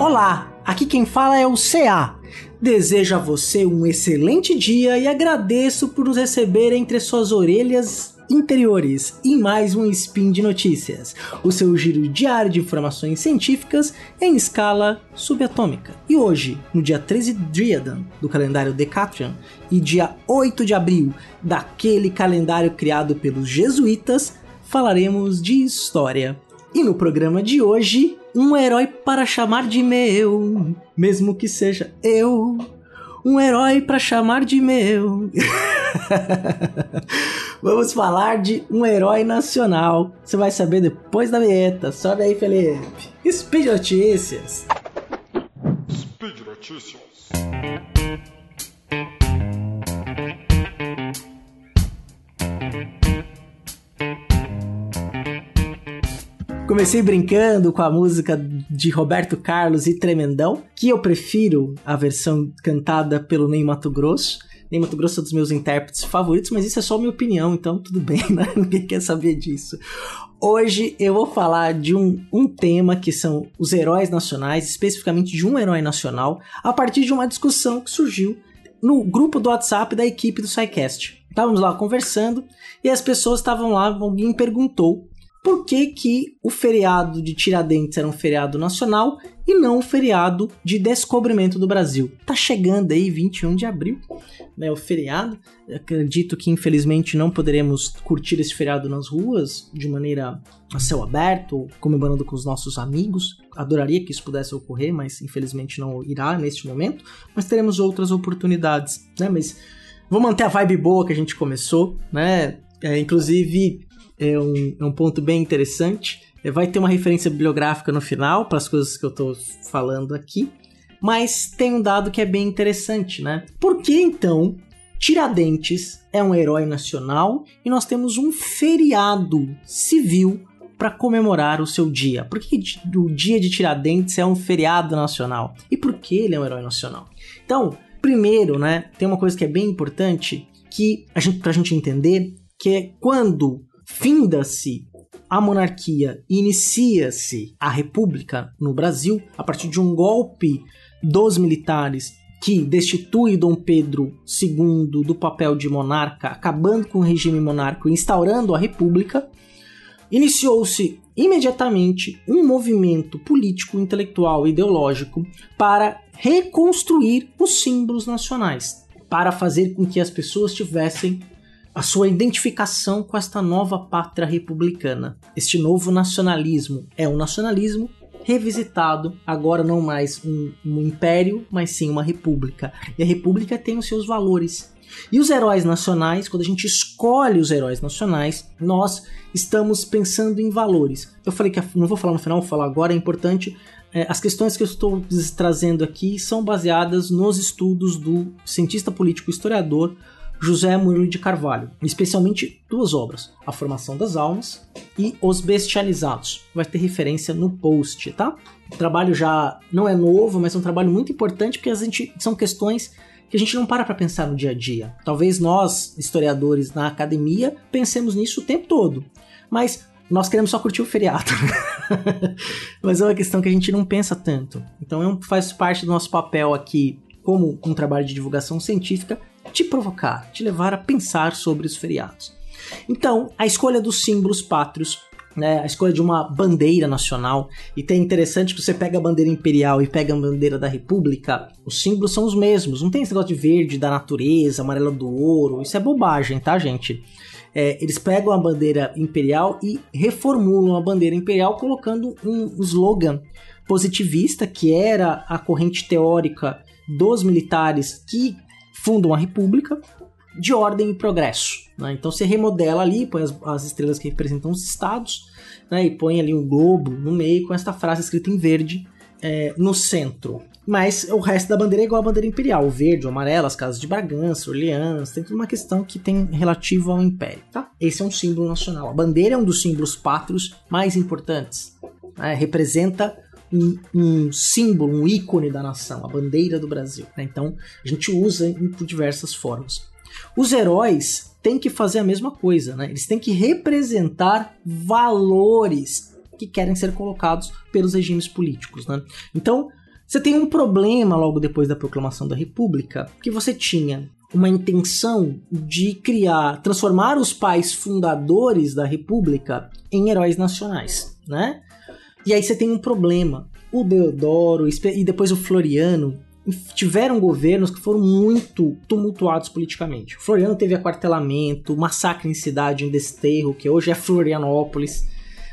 Olá, aqui quem fala é o CA. Desejo a você um excelente dia e agradeço por nos receber entre suas orelhas interiores em mais um Spin de Notícias, o seu giro diário de informações científicas em escala subatômica. E hoje, no dia 13 Driadan do calendário Decatrian e dia 8 de abril daquele calendário criado pelos jesuítas, falaremos de história. E no programa de hoje, um herói para chamar de meu, mesmo que seja eu. Um herói para chamar de meu. Vamos falar de um herói nacional. Você vai saber depois da vinheta. Sobe aí, Felipe. Speed Notícias. Speed Notícias. Comecei brincando com a música de Roberto Carlos e Tremendão, que eu prefiro a versão cantada pelo Ney Matogrosso. Ney Matogrosso é um dos meus intérpretes favoritos, mas isso é só minha opinião, então tudo bem, né? Ninguém quer saber disso. Hoje eu vou falar de um tema que são os heróis nacionais, especificamente de um herói nacional, a partir de uma discussão que surgiu no grupo do WhatsApp da equipe do SciCast. Estávamos lá conversando e as pessoas estavam lá, alguém perguntou por que o feriado de Tiradentes era um feriado nacional e não um feriado de descobrimento do Brasil. Tá chegando aí 21 de abril, né, o feriado. Eu acredito que infelizmente não poderemos curtir esse feriado nas ruas de maneira a céu aberto, comemorando com os nossos amigos. Adoraria que isso pudesse ocorrer, mas infelizmente não irá neste momento. Mas teremos outras oportunidades, né? Mas vou manter a vibe boa que a gente começou, né? Inclusive é um ponto bem interessante. Vai ter uma referência bibliográfica no final para as coisas que eu estou falando aqui, mas tem um dado que é bem interessante, né? Por que então Tiradentes é um herói nacional e nós temos um feriado civil para comemorar o seu dia? Por que o dia de Tiradentes é um feriado nacional? E por que ele é um herói nacional? Então, primeiro, né, tem uma coisa que é bem importante que pra gente entender, que é quando finda-se a monarquia e inicia-se a república no Brasil, a partir de um golpe dos militares que destitui Dom Pedro II do papel de monarca, acabando com o regime monárquico e instaurando a república, iniciou-se imediatamente um movimento político, intelectual e ideológico para reconstruir os símbolos nacionais, para fazer com que as pessoas tivessem a sua identificação com esta nova pátria republicana. Este novo nacionalismo é um nacionalismo revisitado, agora não mais um império, mas sim uma república. E a república tem os seus valores. E os heróis nacionais, quando a gente escolhe os heróis nacionais, nós estamos pensando em valores. Eu falei que não vou falar no final, vou falar agora, é importante. As questões que eu estou trazendo aqui são baseadas nos estudos do cientista político e historiador José Murilo de Carvalho, especialmente duas obras, A Formação das Almas e Os Bestializados. Vai ter referência no post, tá? O trabalho já não é novo, mas é um trabalho muito importante porque são questões que a gente não para pensar no dia a dia. Talvez nós, historiadores na academia, pensemos nisso o tempo todo, mas nós queremos só curtir o feriado. Mas é uma questão que a gente não pensa tanto. Então faz parte do nosso papel aqui, como um trabalho de divulgação científica, te provocar, te levar a pensar sobre os feriados. Então, a escolha dos símbolos pátrios, né, a escolha de uma bandeira nacional, e é interessante que você pega a bandeira imperial e pega a bandeira da república, os símbolos são os mesmos, não tem esse negócio de verde da natureza, amarelo do ouro, isso é bobagem, tá, gente? Eles pegam a bandeira imperial e reformulam a bandeira imperial colocando um slogan positivista, que era a corrente teórica dos militares que fundam a república, de ordem e progresso, né? Então você remodela ali, põe as estrelas que representam os estados, né? E põe ali um globo no meio com esta frase escrita em verde no centro. Mas o resto da bandeira é igual à bandeira imperial, o verde, o amarelo, as casas de Bragança, Orleans, tem tudo uma questão que tem relativo ao império, tá? Esse é um símbolo nacional. A bandeira é um dos símbolos pátrios mais importantes, né? Representa um símbolo, um ícone da nação, a bandeira do Brasil, né? Então a gente usa por diversas formas. Os heróis têm que fazer a mesma coisa, né? Eles têm que representar valores que querem ser colocados pelos regimes políticos, né? Então Você tem um problema logo depois da proclamação da República, que você tinha uma intenção de transformar os pais fundadores da República em heróis nacionais, né? E aí você tem um problema. O Deodoro e depois o Floriano tiveram governos que foram muito tumultuados politicamente. O Floriano teve aquartelamento, massacre em cidade, em Desterro, que hoje é Florianópolis.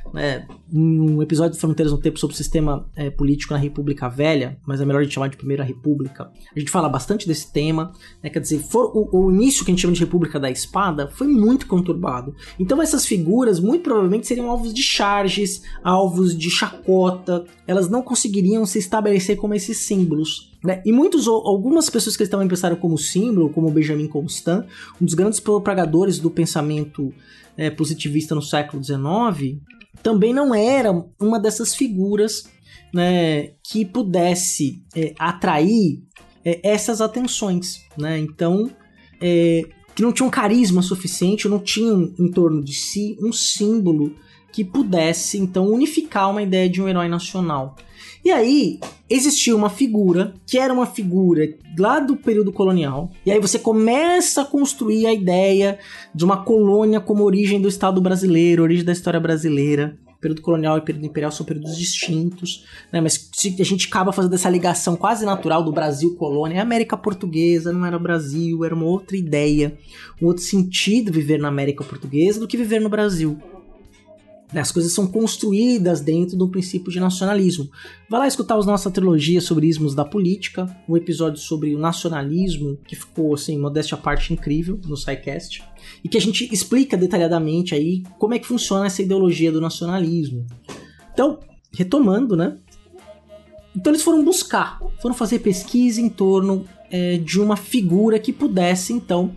Um episódio de Fronteiras no Tempo sobre o sistema político na República Velha, mas é melhor a gente chamar de Primeira República. A gente fala bastante desse tema, né? Quer dizer, o início que a gente chama de República da Espada foi muito conturbado. Então essas figuras muito provavelmente seriam alvos de charges, alvos de chacota, elas não conseguiriam se estabelecer como esses símbolos, né? E algumas pessoas que eles também pensaram como símbolo, como Benjamin Constant, um dos grandes propagadores do pensamento positivista no século XIX, também não era uma dessas figuras, né, que pudesse atrair essas atenções, né? Então, que não tinham carisma suficiente, não tinham em torno de si um símbolo que pudesse, então, unificar uma ideia de um herói nacional. E aí, existia uma figura, que era uma figura lá do período colonial, e aí você começa a construir a ideia de uma colônia como origem do Estado brasileiro, origem da história brasileira. O período colonial e o período imperial são períodos distintos, né? Mas a gente acaba fazendo essa ligação quase natural do Brasil colônia, a América Portuguesa não era Brasil, era uma outra ideia, um outro sentido viver na América Portuguesa do que viver no Brasil. As coisas são construídas dentro do princípio de nacionalismo. Vai lá escutar a nossa trilogia sobre ismos da política, um episódio sobre o nacionalismo, que ficou, assim, modéstia à parte, incrível, no SciCast, e que a gente explica detalhadamente aí como é que funciona essa ideologia do nacionalismo. Então, retomando, né? Então eles foram fazer pesquisa em torno de uma figura que pudesse, então,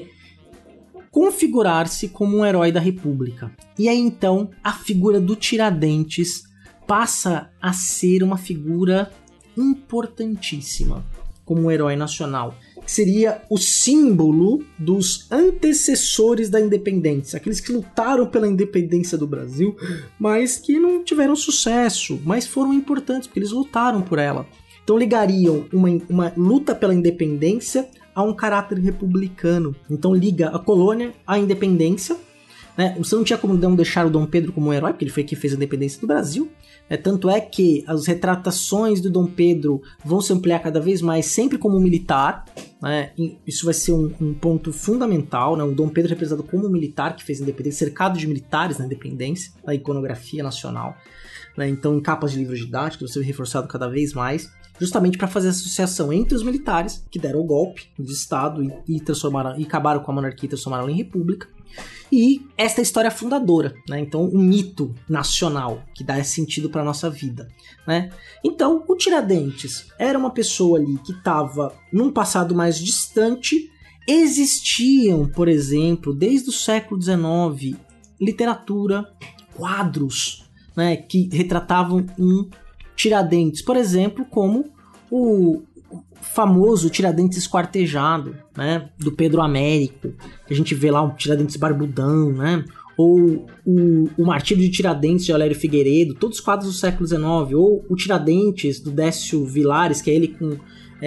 configurar-se como um herói da República. E aí então a figura do Tiradentes passa a ser uma figura importantíssima como um herói nacional, que seria o símbolo dos antecessores da independência, aqueles que lutaram pela independência do Brasil, mas que não tiveram sucesso, mas foram importantes porque eles lutaram por ela. Então ligariam uma luta pela independência a um caráter republicano. Então liga a colônia à independência, né? Você não tinha como não deixar o Dom Pedro como um herói, porque ele foi quem fez a independência do Brasil. Tanto é que as retratações do Dom Pedro vão se ampliar cada vez mais, sempre como militar, né? Isso vai ser um ponto fundamental, né? O Dom Pedro é representado como um militar que fez a independência, cercado de militares na independência, na iconografia nacional, né? Então em capas de livros didáticos você vai reforçado cada vez mais, justamente para fazer a associação entre os militares que deram o golpe de Estado e acabaram com a monarquia e transformaram em república, e esta história fundadora, né? Então um mito nacional que dá esse sentido para nossa vida, né? Então o Tiradentes era uma pessoa ali que estava num passado mais distante. Existiam, por exemplo, desde o século XIX, literatura, quadros, né, que retratavam um Tiradentes, por exemplo, como o famoso Tiradentes esquartejado, né, do Pedro Américo, que a gente vê lá um Tiradentes barbudão, né, ou o Martírio de Tiradentes de Alério Figueiredo, todos os quadros do século XIX, ou o Tiradentes do Décio Vilares, que é ele com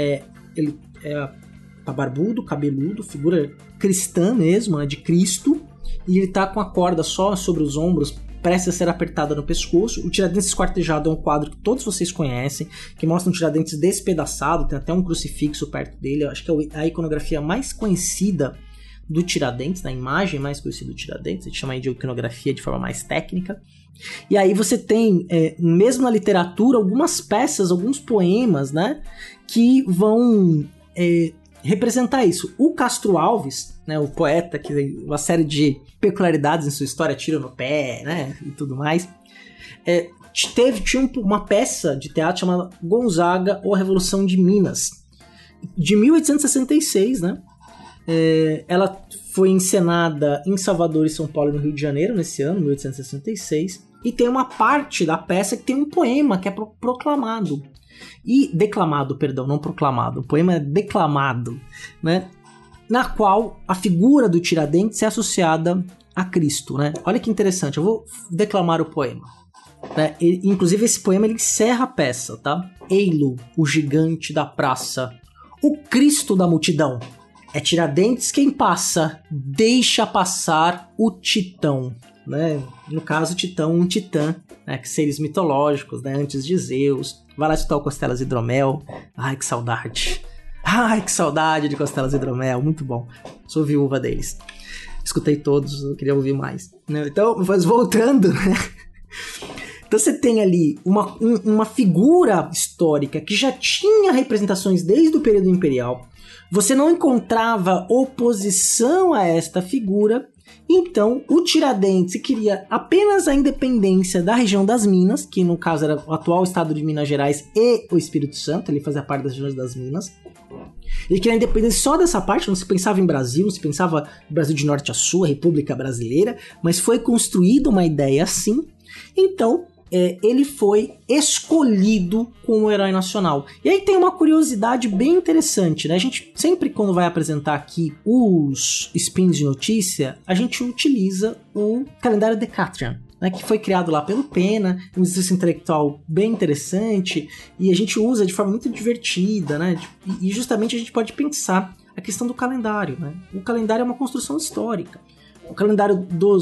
tá barbudo, cabeludo, figura cristã mesmo, né, de Cristo, e ele tá com a corda só sobre os ombros, prestes a ser apertada no pescoço. O Tiradentes esquartejado é um quadro que todos vocês conhecem, que mostra um Tiradentes despedaçado, tem até um crucifixo perto dele. Eu acho que é a iconografia mais conhecida do Tiradentes, a imagem mais conhecida do Tiradentes, a gente chama aí de iconografia de forma mais técnica. E aí você tem, mesmo na literatura, algumas peças, alguns poemas, né, que vão representar isso. O Castro Alves, né, o poeta que tem uma série de peculiaridades em sua história, tiro no pé, né, e tudo mais, tinha uma peça de teatro chamada Gonzaga ou a Revolução de Minas, de 1866, né? Ela foi encenada em Salvador e São Paulo e no Rio de Janeiro nesse ano, 1866, e tem uma parte da peça que tem um poema que é proclamado. E declamado, perdão, não proclamado. O poema é declamado, né? Na qual a figura do Tiradentes é associada a Cristo, né? Olha que interessante, eu vou declamar o poema. né? Inclusive esse poema ele encerra a peça, tá? Ei-lo, o gigante da praça, o Cristo da multidão. É Tiradentes quem passa, deixa passar o Titão, né? No caso, Titão, um titã, né? Que seres mitológicos, né? Antes de Zeus. Vai lá escutar o Costelas Hidromel. Ai, que saudade. Ai, que saudade de Costelas Hidromel, muito bom. Sou viúva deles. Escutei todos, não queria ouvir mais. Então, mas voltando, né? Então você tem ali uma figura histórica que já tinha representações desde o período imperial. Você não encontrava oposição a esta figura. Então, o Tiradentes queria apenas a independência da região das Minas, que no caso era o atual estado de Minas Gerais e o Espírito Santo, ele fazia parte das regiões das Minas. Ele queria a independência só dessa parte, não se pensava em Brasil, não se pensava no Brasil de norte a sul, a República Brasileira, mas foi construída uma ideia assim. Então, ele foi escolhido como herói nacional. E aí tem uma curiosidade bem interessante, né? A gente sempre, quando vai apresentar aqui os spins de notícia, a gente utiliza o calendário Decatrian, né, que foi criado lá pelo Pena, um exercício intelectual bem interessante, e a gente usa de forma muito divertida, né? E justamente a gente pode pensar a questão do calendário, né? O calendário é uma construção histórica. O calendário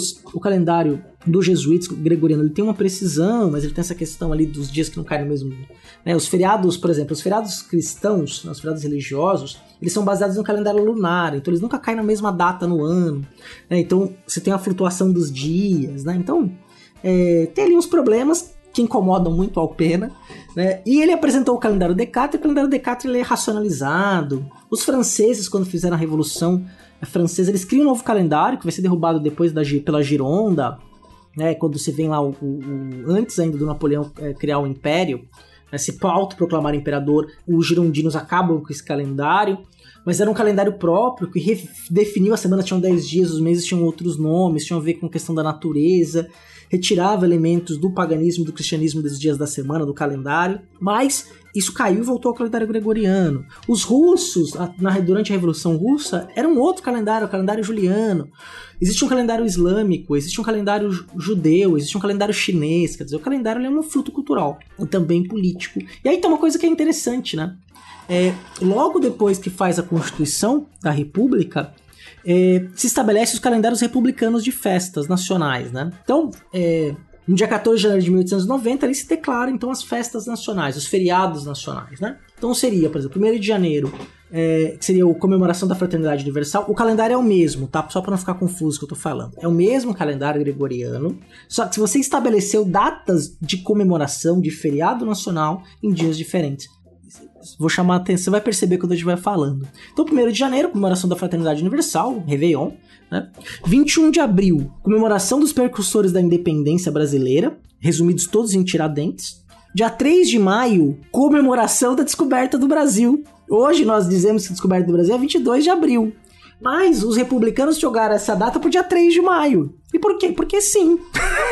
dos jesuítas gregoriano, ele tem uma precisão, mas ele tem essa questão ali dos dias que não caem no mesmo... Né? Os feriados, por exemplo, os feriados cristãos, os feriados religiosos, eles são baseados no calendário lunar, então eles nunca caem na mesma data no ano. Né? Então você tem a flutuação dos dias, né? Então tem ali uns problemas que incomodam muito ao Pena, né? E ele apresentou o calendário Decatrian, e o calendário Decatrian ele é racionalizado. Os franceses, quando fizeram a Revolução Francesa, eles criam um novo calendário que vai ser derrubado depois pela Gironda, né? Quando você vem lá antes ainda do Napoleão criar o Império, né? Se autoproclamar imperador, os girondinos acabam com esse calendário, mas era um calendário próprio que redefiniu a semana, tinham 10 dias, os meses tinham outros nomes, tinham a ver com a questão da natureza, retirava elementos do paganismo e do cristianismo dos dias da semana, do calendário, mas isso caiu e voltou ao calendário gregoriano. Os russos, durante a Revolução Russa, era um outro calendário, o calendário juliano. Existe um calendário islâmico, existe um calendário judeu, existe um calendário chinês, quer dizer, o calendário é um fruto cultural e também político. E aí tem uma coisa que é interessante, né? Logo depois que faz a Constituição da República, se estabelece os calendários republicanos de festas nacionais, né? Então, no dia 14 de janeiro de 1890, ali se declaram, então, as festas nacionais, os feriados nacionais, né? Então seria, por exemplo, 1º de janeiro, que seria a comemoração da Fraternidade Universal. O calendário é o mesmo, tá? Só para não ficar confuso o que eu tô falando. É o mesmo calendário gregoriano, só que se você estabeleceu datas de comemoração de feriado nacional em dias diferentes. Vou chamar a atenção, você vai perceber quando a gente vai falando. Então, 1º de janeiro, comemoração da Fraternidade Universal, Réveillon, né? 21 de abril, comemoração dos precursores da independência brasileira, resumidos todos em Tiradentes. Dia 3 de maio, comemoração da descoberta do Brasil. Hoje nós dizemos que a descoberta do Brasil é 22 de abril. Mas os republicanos jogaram essa data pro dia 3 de maio. E por quê? Porque sim.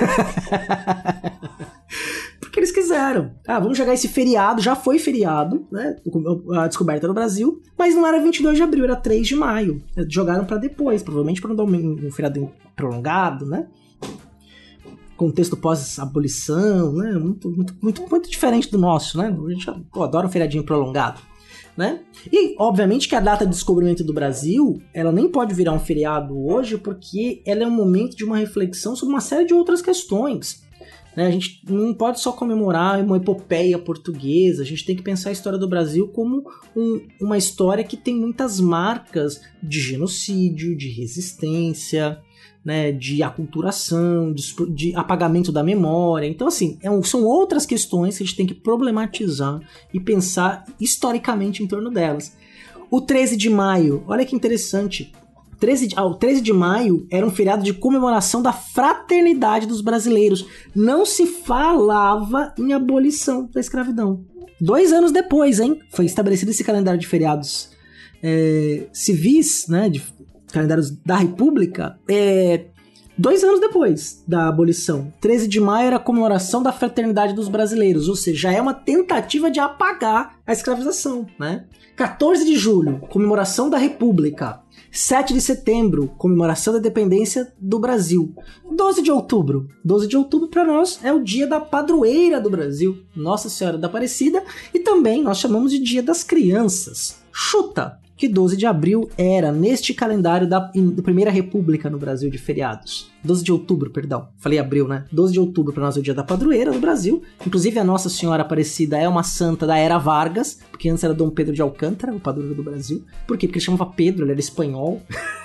Porque eles quiseram. Vamos jogar esse feriado, já foi feriado, né? A descoberta do Brasil, mas não era 22 de abril, era 3 de maio. Jogaram pra depois, provavelmente para não dar um feriado prolongado, né? Contexto pós-abolição, né? Muito diferente do nosso, né? A gente adora um feriadinho prolongado, né? E, obviamente, que a data de descobrimento do Brasil, ela nem pode virar um feriado hoje, porque ela é um momento de uma reflexão sobre uma série de outras questões. A gente não pode só comemorar uma epopeia portuguesa, a gente tem que pensar a história do Brasil como uma história que tem muitas marcas de genocídio, de resistência, né, de aculturação, de apagamento da memória. Então, assim, são outras questões que a gente tem que problematizar e pensar historicamente em torno delas. O 13 de maio, olha que interessante. O 13 de maio era um feriado de comemoração da fraternidade dos brasileiros. Não se falava em abolição da escravidão. 2 anos depois, foi estabelecido esse calendário de feriados civis, né, de calendários da República. 2 anos depois da abolição. 13 de maio era a comemoração da Fraternidade dos Brasileiros, ou seja, já é uma tentativa de apagar a escravização, né? 14 de julho, comemoração da República. 7 de setembro, comemoração da independência do Brasil. 12 de outubro. 12 de outubro para nós é o dia da padroeira do Brasil, Nossa Senhora da Aparecida, e também nós chamamos de Dia das Crianças. Chuta que 12 de abril era, neste calendário da Primeira República no Brasil de feriados. 12 de outubro, perdão. Falei abril, né? 12 de outubro para nós é o dia da padroeira do Brasil. Inclusive a Nossa Senhora Aparecida é uma santa da era Vargas, porque antes era Dom Pedro de Alcântara, o padroeiro do Brasil. Por quê? Porque ele chamava Pedro, ele era espanhol.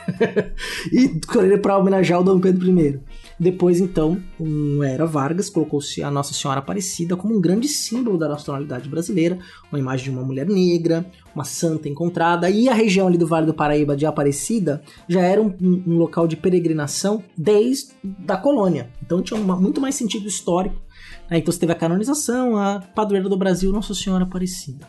E escolheram para homenagear o Dom Pedro I. Depois, então, no Era Vargas, colocou-se a Nossa Senhora Aparecida como um grande símbolo da nacionalidade brasileira, uma imagem de uma mulher negra, uma santa encontrada, e a região ali do Vale do Paraíba de Aparecida já era um local de peregrinação desde a colônia. Então tinha muito mais sentido histórico. Então você teve a canonização, a padroeira do Brasil, Nossa Senhora Aparecida.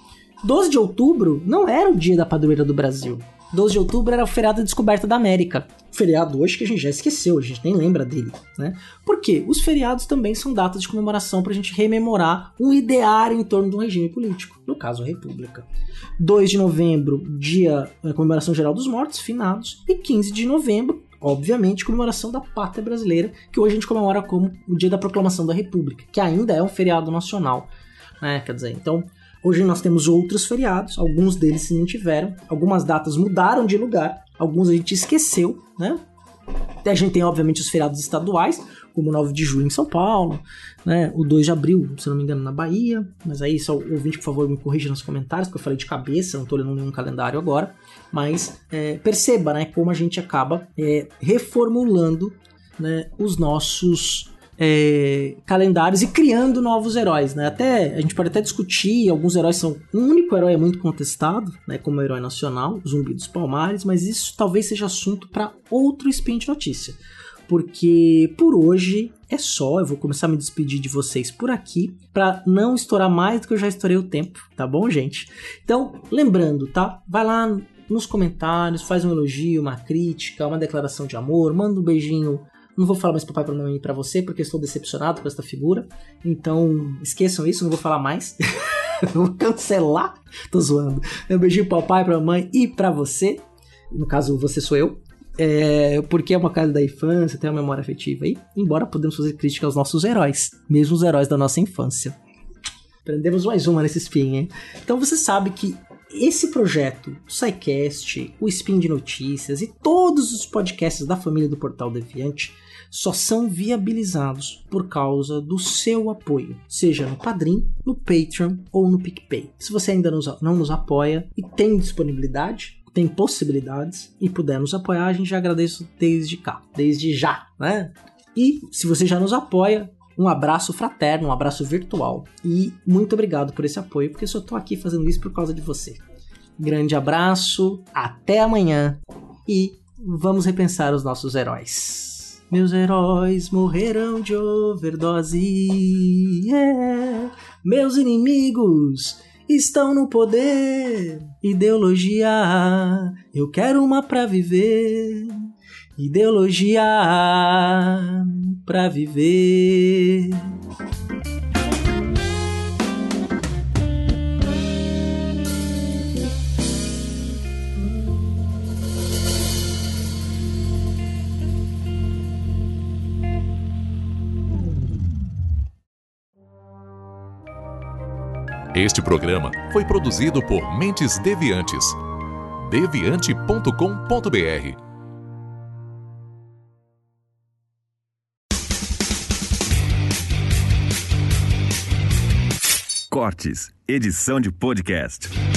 12 de outubro não era o dia da padroeira do Brasil. 12 de outubro era o feriado da descoberta da América. Feriado hoje que a gente já esqueceu, a gente nem lembra dele, né? Por quê? Os feriados também são datas de comemoração para a gente rememorar um ideário em torno de um regime político, no caso a República. 2 de novembro, dia da comemoração geral dos mortos, finados, e 15 de novembro, obviamente, comemoração da Pátria Brasileira, que hoje a gente comemora como o dia da proclamação da República, que ainda é um feriado nacional, né? Quer dizer, então, hoje nós temos outros feriados, alguns deles se não tiveram, algumas datas mudaram de lugar, alguns a gente esqueceu, né? A gente tem, obviamente, os feriados estaduais, como o 9 de julho em São Paulo, né? O 2 de abril, se não me engano, na Bahia, mas aí, só o ouvinte, por favor, me corrija nos comentários, porque eu falei de cabeça, não estou olhando nenhum calendário agora, mas perceba, né, como a gente acaba reformulando, né, os nossos calendários e criando novos heróis, né? A gente pode até discutir, alguns heróis são... Um único herói é muito contestado, né, como o herói nacional, Zumbi dos Palmares, mas isso talvez seja assunto para outro Spin de Notícia. Porque por hoje é só, eu vou começar a me despedir de vocês por aqui, para não estourar mais do que eu já estourei o tempo, tá bom, gente? Então, lembrando, tá? Vai lá nos comentários, faz um elogio, uma crítica, uma declaração de amor, manda um beijinho. Não vou falar mais papai pra mamãe pra você, porque estou decepcionado com esta figura. Então, esqueçam isso, não vou falar mais. Vou cancelar. Tô zoando. Um beijinho pro papai, pra mamãe e pra você. No caso, você sou eu. Porque é uma casa da infância, tem uma memória afetiva aí. Embora podemos fazer crítica aos nossos heróis, mesmo os heróis da nossa infância. Aprendemos mais uma nesse Spin, hein? Então você sabe que esse projeto, o SciCast, o Spin de Notícias e todos os podcasts da família do Portal Deviante só são viabilizados por causa do seu apoio, seja no Padrim, no Patreon ou no PicPay. Se você ainda não nos apoia e tem disponibilidade, tem possibilidades e puder nos apoiar, a gente já agradece desde já, né? E se você já nos apoia, um abraço fraterno, um abraço virtual. E muito obrigado por esse apoio, porque eu só tô aqui fazendo isso por causa de você. Grande abraço, até amanhã e vamos repensar os nossos heróis. Meus heróis morreram de overdose. Meus inimigos estão no poder. Ideologia, eu quero uma pra viver. Ideologia pra viver. Este programa foi produzido por Mentes Deviantes. deviante.com.br. Cortes, edição de podcast.